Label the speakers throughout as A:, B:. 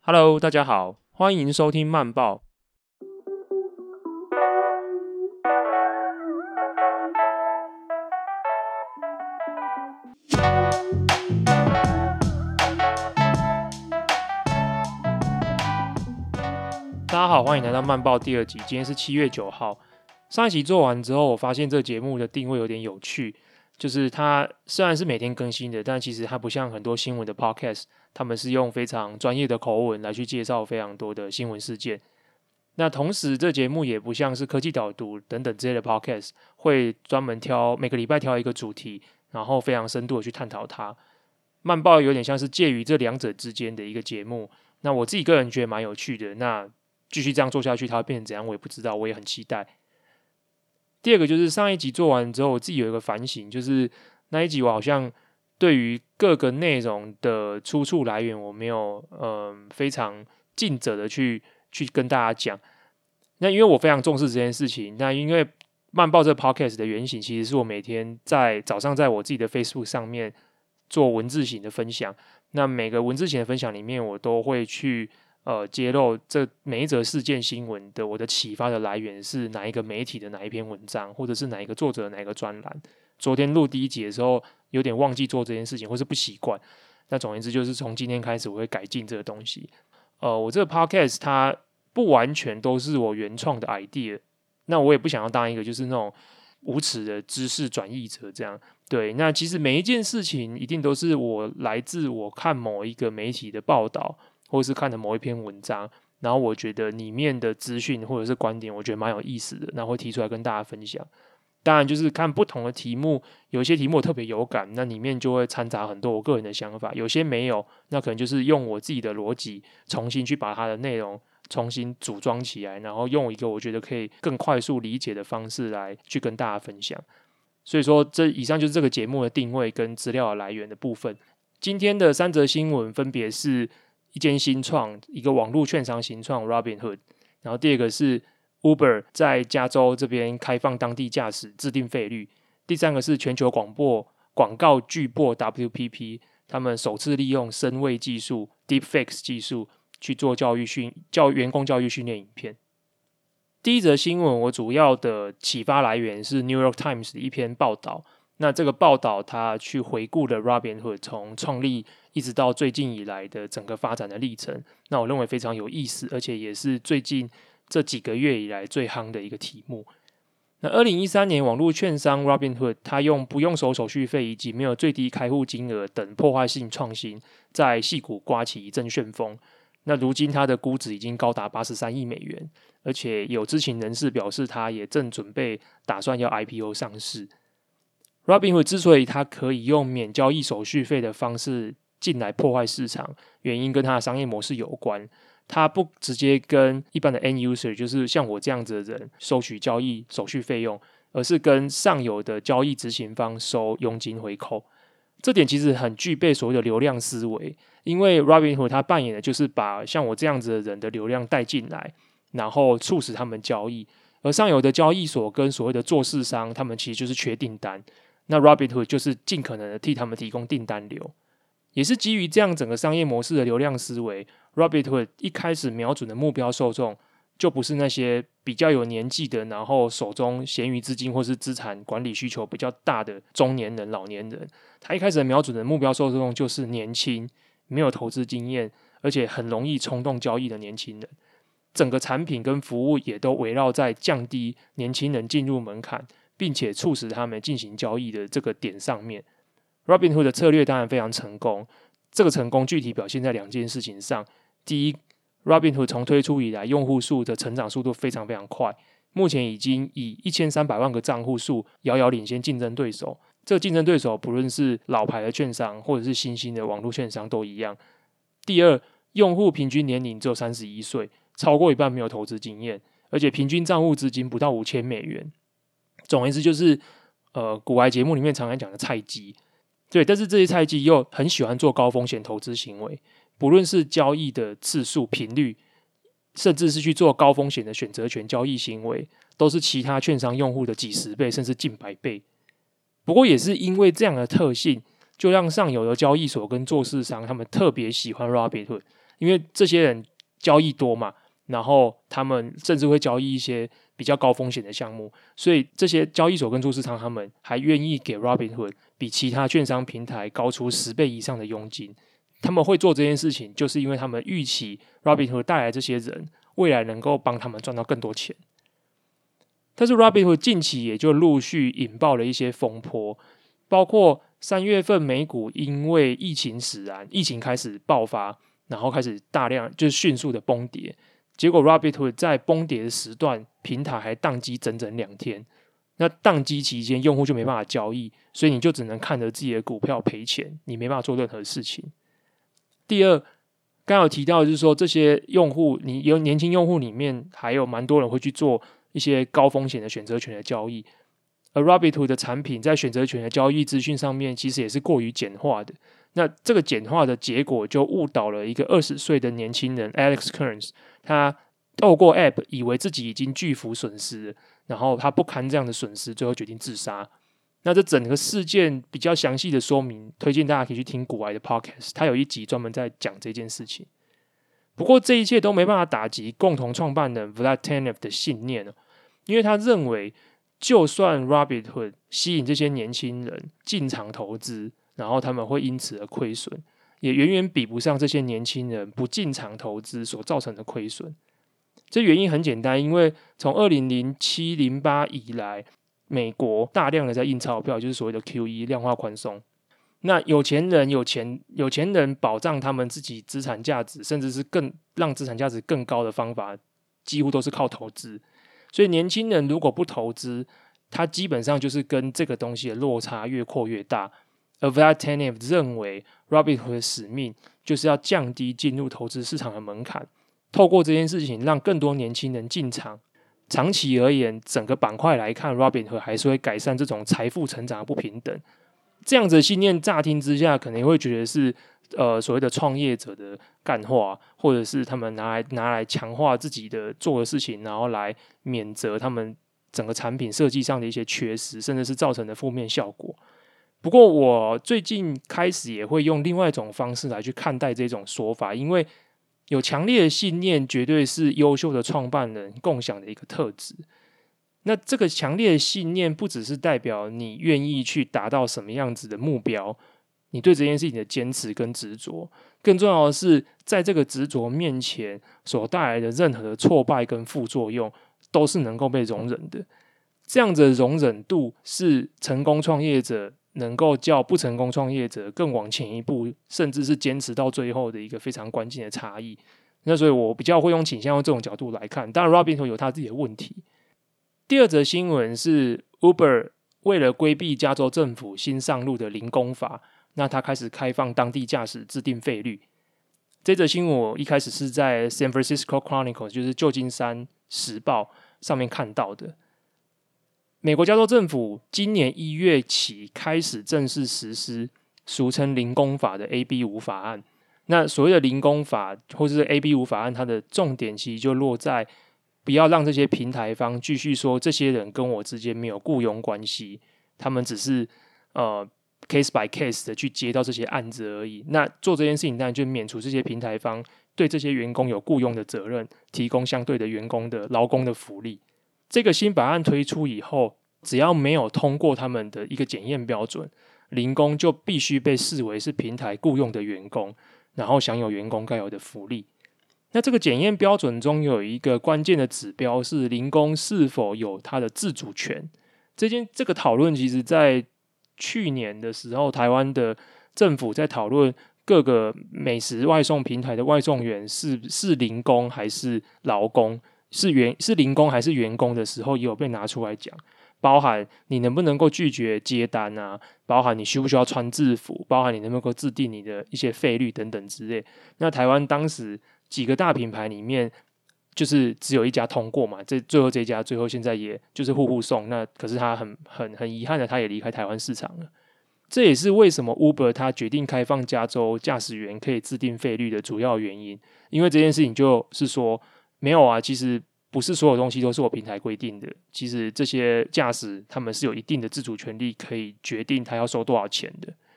A: Hello， 大家好，欢迎收听慢报。大家好，欢迎来到慢报第二集。今天是7月9号。上一集做完之后，我发现这个节目的定位有点有趣，就是它虽然是每天更新的，但其实它不像很多新闻的 podcast， 他们是用非常专业的口吻来去介绍非常多的新闻事件。那同时，这节目也不像是科技导读等等之类的 podcast， 会专门每个礼拜挑一个主题，然后非常深度的去探讨它。慢报有点像是介于这两者之间的一个节目。那我自己个人觉得蛮有趣的。那继续这样做下去，它会变成怎样，我也不知道，我也很期待。第二个就是上一集做完之后，我自己有一个反省，就是那一集我好像对于各个内容的出处来源，我没有非常尽责的去跟大家讲。那因为我非常重视这件事情，那因为慢报这个 podcast 的原型，其实是我每天在早上在我自己的 Facebook 上面做文字型的分享。那每个文字型的分享里面，我都会去揭露这每一则事件新闻的我的启发的来源是哪一个媒体的哪一篇文章，或者是哪一个作者的哪一个专栏。昨天录第一集的时候，有点忘记做这件事情，或是不习惯。那总而言之，就是从今天开始，我会改进这个东西。我这个 podcast 它不完全都是我原创的 idea， 那我也不想要当一个就是那种无耻的知识转译者这样。对，那其实每一件事情一定都是来自我看某一个媒体的报道，或是看的某一篇文章，然后我觉得里面的资讯或者是观点，我觉得蛮有意思的，然后会提出来跟大家分享。当然，就是看不同的题目，有一些题目我特别有感，那里面就会掺杂很多我个人的想法；有些没有，那可能就是用我自己的逻辑重新去把它的内容重新组装起来，然后用一个我觉得可以更快速理解的方式来去跟大家分享。所以说，以上就是这个节目的定位跟资料的来源的部分。今天的3则新闻分别是一间新创，一个网络券商新创 Robinhood， 然后第二个是 Uber 在加州这边开放当地驾驶制定费率，第三个是全球广告巨擘 WPP， 他们首次利用深位技术 Deepfake 技术去做员工教育训练影片。第一则新闻，我主要的启发来源是 New York Times 的一篇报道。那这个报道它去回顾了 Robinhood 从创立一直到最近以来的整个发展的历程。那我认为非常有意思，而且也是最近这几个月以来最夯的一个题目。那2013年，网络券商 Robinhood 它用不用收手续费以及没有最低开户金额等破坏性创新，在矽谷刮起一阵旋风。那如今它的估值已经高达83亿美元，而且有知情人士表示，它也正准备打算要 IPO 上市。Robinhood 之所以它可以用免交易手续费的方式进来破坏市场，原因跟它的商业模式有关。它不直接跟一般的 end user， 就是像我这样子的人收取交易手续费用，而是跟上游的交易执行方收佣金回扣。这点其实很具备所谓的流量思维，因为 Robinhood 它扮演的就是把像我这样子的人的流量带进来，然后促使他们交易。而上游的交易所跟所谓的做市商，他们其实就是缺订单，那 Robinhood 就是尽可能的替他们提供订单流。也是基于这样整个商业模式的流量思维， Robinhood 一开始瞄准的目标受众就不是那些比较有年纪的，然后手中闲余资金或是资产管理需求比较大的中年人、老年人。他一开始瞄准的目标受众就是年轻、没有投资经验，而且很容易冲动交易的年轻人。整个产品跟服务也都围绕在降低年轻人进入门槛，并且促使他们进行交易的这个点上面。Robinhood 的策略当然非常成功，这个成功具体表现在2件事情上。第一， Robinhood 从推出以来，用户数的成长速度非常非常快，目前已经以1300万个账户数遥遥领先竞争对手。这个竞争对手不论是老牌的券商或者是新兴的网络券商都一样。第二，用户平均年龄只有31岁，超过一半没有投资经验，而且平均账户资金不到5000美元。总而言之就是股癌节目里面常常讲的菜鸡。对，但是这些菜鸡又很喜欢做高风险投资行为，不论是交易的次数、频率，甚至是去做高风险的选择权交易行为，都是其他券商用户的几十倍甚至近100倍。不过也是因为这样的特性，就让上游的交易所跟做市商他们特别喜欢 Robinhood， 因为这些人交易多嘛，然后他们甚至会交易一些比较高风险的项目，所以这些交易所跟做市场他们还愿意给 Robinhood 比其他券商平台高出10倍以上的佣金。他们会做这件事情，就是因为他们预期 Robinhood 带来这些人未来能够帮他们赚到更多钱。但是 Robinhood 近期也就陆续引爆了一些风波，包括3月份美股因为疫情使然，疫情开始爆发，然后开始大量就是迅速的崩跌，结果 Robinhood 在崩跌的时段，平台还宕机整整2天。那宕机期间，用户就没办法交易，所以你就只能看着自己的股票赔钱，你没办法做任何事情。第二，刚刚有提到就是说，这些用户，你有年轻用户里面还有蛮多人会去做一些高风险的选择权的交易，而 Robinhood 的产品在选择权的交易资讯上面，其实也是过于简化的。那这个简化的结果就误导了一个20岁的年轻人 Alex Kearns， 他透过 App 以为自己已经巨幅损失了，然后他不堪这样的损失，最后决定自杀。那这整个事件比较详细的说明，推荐大家可以去听股癌的 Podcast， 他有一集专门在讲这件事情。不过这一切都没办法打击共同创办人 Vlad Tenev 的信念，因为他认为，就算 Robinhood 吸引这些年轻人进场投资，然后他们会因此而亏损，也远远比不上这些年轻人不进场投资所造成的亏损。这原因很简单，因为从2007-08以来，美国大量的在印钞票，就是所谓的 QE 量化宽松。那有钱人保障他们自己资产价值，甚至是更让资产价值更高的方法，几乎都是靠投资。所以年轻人如果不投资，他基本上就是跟这个东西的落差越扩越大。而 Vlad Tenev 认为 Robinhood 的使命就是要降低进入投资市场的门槛，透过这件事情让更多年轻人进场。长期而言，整个板块来看 Robinhood 还是会改善这种财富成长的不平等。这样子的信念乍听之下可能会觉得是所谓的创业者的干话，或者是他们拿来强化自己的做的事情，然后来免责他们整个产品设计上的一些缺失，甚至是造成的负面效果。不过我最近开始也会用另外一种方式来去看待这种说法，因为有强烈的信念绝对是优秀的创办人共享的一个特质。那这个强烈的信念不只是代表你愿意去达到什么样子的目标，你对这件事情的坚持跟执着，更重要的是在这个执着面前所带来的任何的挫败跟副作用都是能够被容忍的。这样子的容忍度是成功创业者能够叫不成功创业者更往前一步，甚至是坚持到最后的一个非常关键的差异。那所以我比较会倾向用这种角度来看，当然 Robinhood 有他自己的问题。第二则新闻是 Uber 为了规避加州政府新上路的零工法，那他开始开放当地驾驶制定费率。这则新闻我一开始是在 San Francisco Chronicle， 就是旧金山时报上面看到的。美国加州政府今年1月起开始正式实施俗称零工法的 AB5 法案。那所谓的零工法或者是 AB5 法案，它的重点其实就落在不要让这些平台方继续说这些人跟我之间没有雇佣关系，他们只是case by case 的去接到这些案子而已。那做这件事情当然就免除这些平台方对这些员工有雇佣的责任，提供相对的员工的劳工的福利。这个新法案推出以后，只要没有通过他们的一个检验标准，零工就必须被视为是平台雇佣的员工，然后享有员工该有的福利。那这个检验标准中有一个关键的指标是零工是否有他的自主权。这个讨论其实在去年的时候，台湾的政府在讨论各个美食外送平台的外送员是零工还是劳工，是零工还是员工的时候，也有被拿出来讲。包含你能不能够拒绝接单啊，包含你需不需要穿制服，包含你能不能够制定你的一些费率等等之类。那台湾当时几个大品牌里面，就是只有一家通过嘛，最后这一家最后现在也就是户送。那可是他很遗憾的，他也离开台湾市场了。这也是为什么 Uber 他决定开放加州驾驶员可以制定费率的主要原因。因为这件事情就是说，没有啊，其实不是所有东西都是我平台规定的，其实这些驾驶他们是有一定的自主权利，可以决定他要收多少钱的。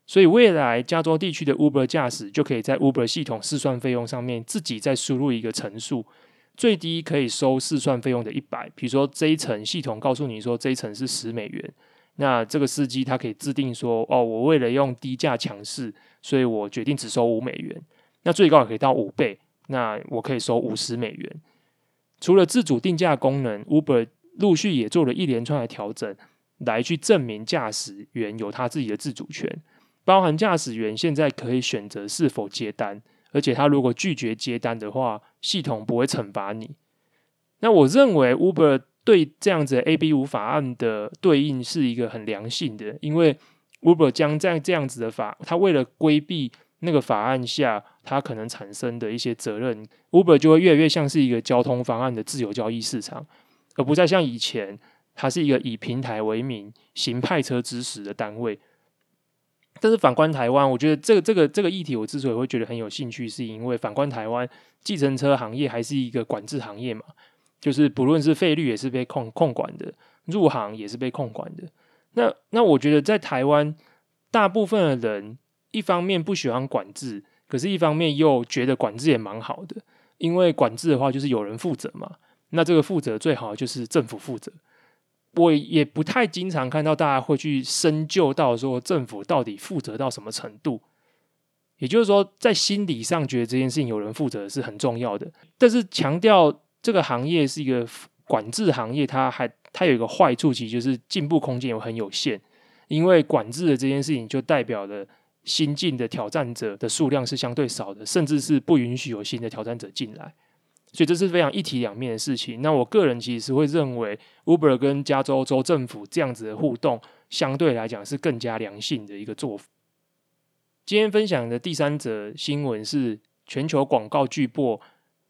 A: 所以未来加州地区的 Uber 驾驶就可以在 Uber 系统试算费用上面自己再输入一个乘数，最低可以收试算费用的100，比如说这一层系统告诉你说这一层是$10，那这个司机他可以制定说，我为了用低价强势，所以我决定只收$5，那最高也可以到5倍，那我可以收$50。除了自主定价功能 ，Uber 陆续也做了一连串的调整，来去证明驾驶员有他自己的自主权，包含驾驶员现在可以选择是否接单，而且他如果拒绝接单的话，系统不会惩罚你。那我认为 Uber 对这样子的 AB5法案的对应是一个很良性的，因为 Uber 将在这样子的他为了规避那个法案下它可能产生的一些责任， Uber 就会越来越像是一个交通方案的自由交易市场，而不再像以前它是一个以平台为名行派车之实的单位。但是反观台湾，我觉得这个议题我之所以会觉得很有兴趣，是因为反观台湾计程车行业还是一个管制行业嘛，就是不论是费率也是被控管的，入行也是被控管的。那我觉得在台湾，大部分的人一方面不喜欢管制，可是一方面又觉得管制也蛮好的，因为管制的话就是有人负责嘛，那这个负责最好就是政府负责。我也不太经常看到大家会去深究到说政府到底负责到什么程度，也就是说在心理上觉得这件事情有人负责是很重要的，但是强调这个行业是一个管制行业，它有一个坏处，其实就是进步空间很有限，因为管制的这件事情就代表了新进的挑战者的数量是相对少的，甚至是不允许有新的挑战者进来，所以这是非常一体两面的事情。那我个人其实会认为 Uber 跟加州州政府这样子的互动相对来讲是更加良性的一个做法。今天分享的第3则新闻是全球广告巨擘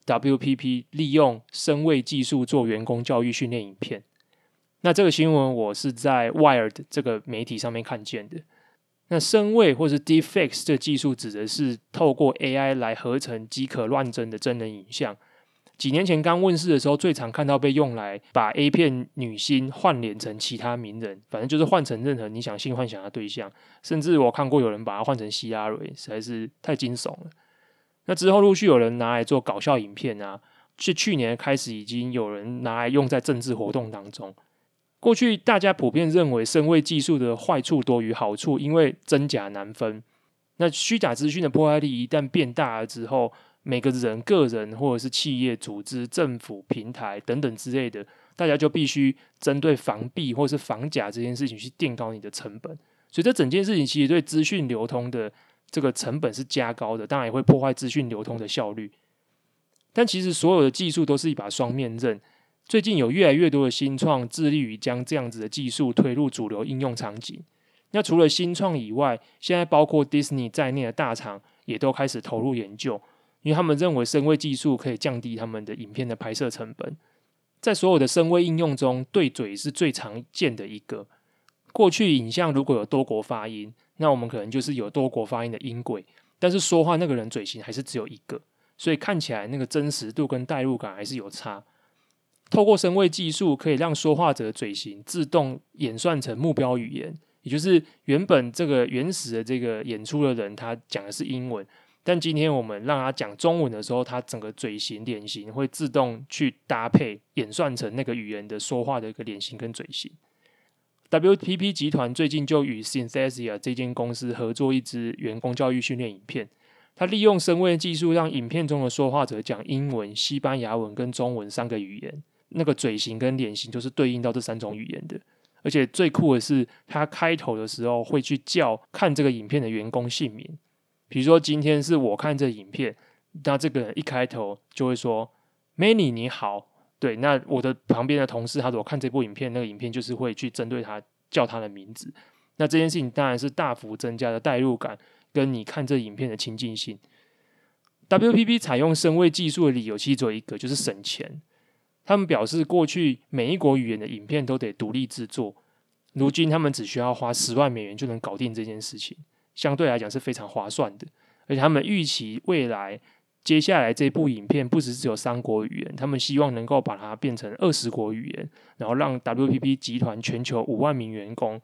A: WPP 利用声位技术做员工教育训练影片。那这个新闻我是在 Wired 这个媒体上面看见的。那声位或是 Deepfakes 这技术指的是透过 AI 来合成饥渴乱真的真人影像。几年前刚问世的时候，最常看到被用来把 A 片女星换脸成其他名人，反正就是换成任何你想性幻想的对象，甚至我看过有人把它换成希拉蕊，实在是太惊悚了。那之后陆续有人拿来做搞笑影片啊，去年开始已经有人拿来用在政治活动当中。过去大家普遍认为声位技术的坏处多于好处，因为真假难分。那虚假资讯的破坏力一旦变大了之后，每个人、个人或者是企业、组织、政府、平台等等之类的，大家就必须针对防弊或是防假这件事情去垫高你的成本。所以这整件事情其实对资讯流通的这个成本是加高的，当然也会破坏资讯流通的效率。但其实所有的技术都是一把双面刃。最近有越来越多的新创致力于将这样子的技术推入主流应用场景。那除了新创以外，现在包括 Disney 在内的大厂也都开始投入研究。因为他们认为声位技术可以降低他们的影片的拍摄成本。在所有的声位应用中，对嘴是最常见的一个。过去影像如果有多国发音，那我们可能就是有多国发音的音轨，但是说话那个人嘴型还是只有一个，所以看起来那个真实度跟代入感还是有差。透过声位技术，可以让说话者的嘴型自动演算成目标语言，也就是原本这个原始的这个演出的人他讲的是英文，但今天我们让他讲中文的时候，他整个嘴型、脸型会自动去搭配演算成那个语言的说话的一个脸型跟嘴型。WPP 集团最近就与 Synthesia 这间公司合作一支员工教育训练影片，他利用声位技术让影片中的说话者讲英文、西班牙文跟中文3个语言，那个嘴型跟脸型就是对应到这3种语言的。而且最酷的是，他开头的时候会去叫看这个影片的员工姓名。比如说今天是我看这影片，那这个人一开头就会说 Manny 你好，对，那我的旁边的同事他如果看这部影片，那个影片就是会去针对他叫他的名字。那这件事情当然是大幅增加的代入感跟你看这影片的亲近性。WPP 采用声位技术的理由其实只有一个，就是省钱。他们表示过去每一国语言的影片都得独立制作，如今他们只需要花$10万就能搞定这件事情，相对来讲是非常划算的。而且他们预期未来接下来这部影片不只有3国语言，他们希望能够把它变成20国语言，然后让 WPP 集团全球5万名员工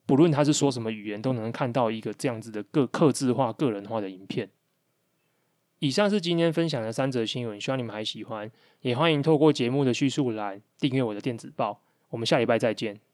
A: 不论他是说什么语言，都能看到一个这样子的客制化、个人化的影片。以上是今天分享的3则新闻，希望你们还喜欢，也欢迎透过节目的叙述栏订阅我的电子报。我们下礼拜再见。